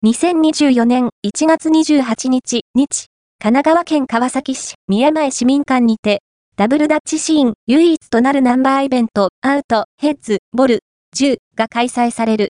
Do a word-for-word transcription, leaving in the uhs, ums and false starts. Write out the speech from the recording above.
にせんにじゅうよねんいちがつにじゅうはちにち、日、神奈川県川崎市宮前市民館にて、ダブルダッチシーン唯一となるナンバーイベント、アウト、ヘッズ、ボル、じゅうが開催される。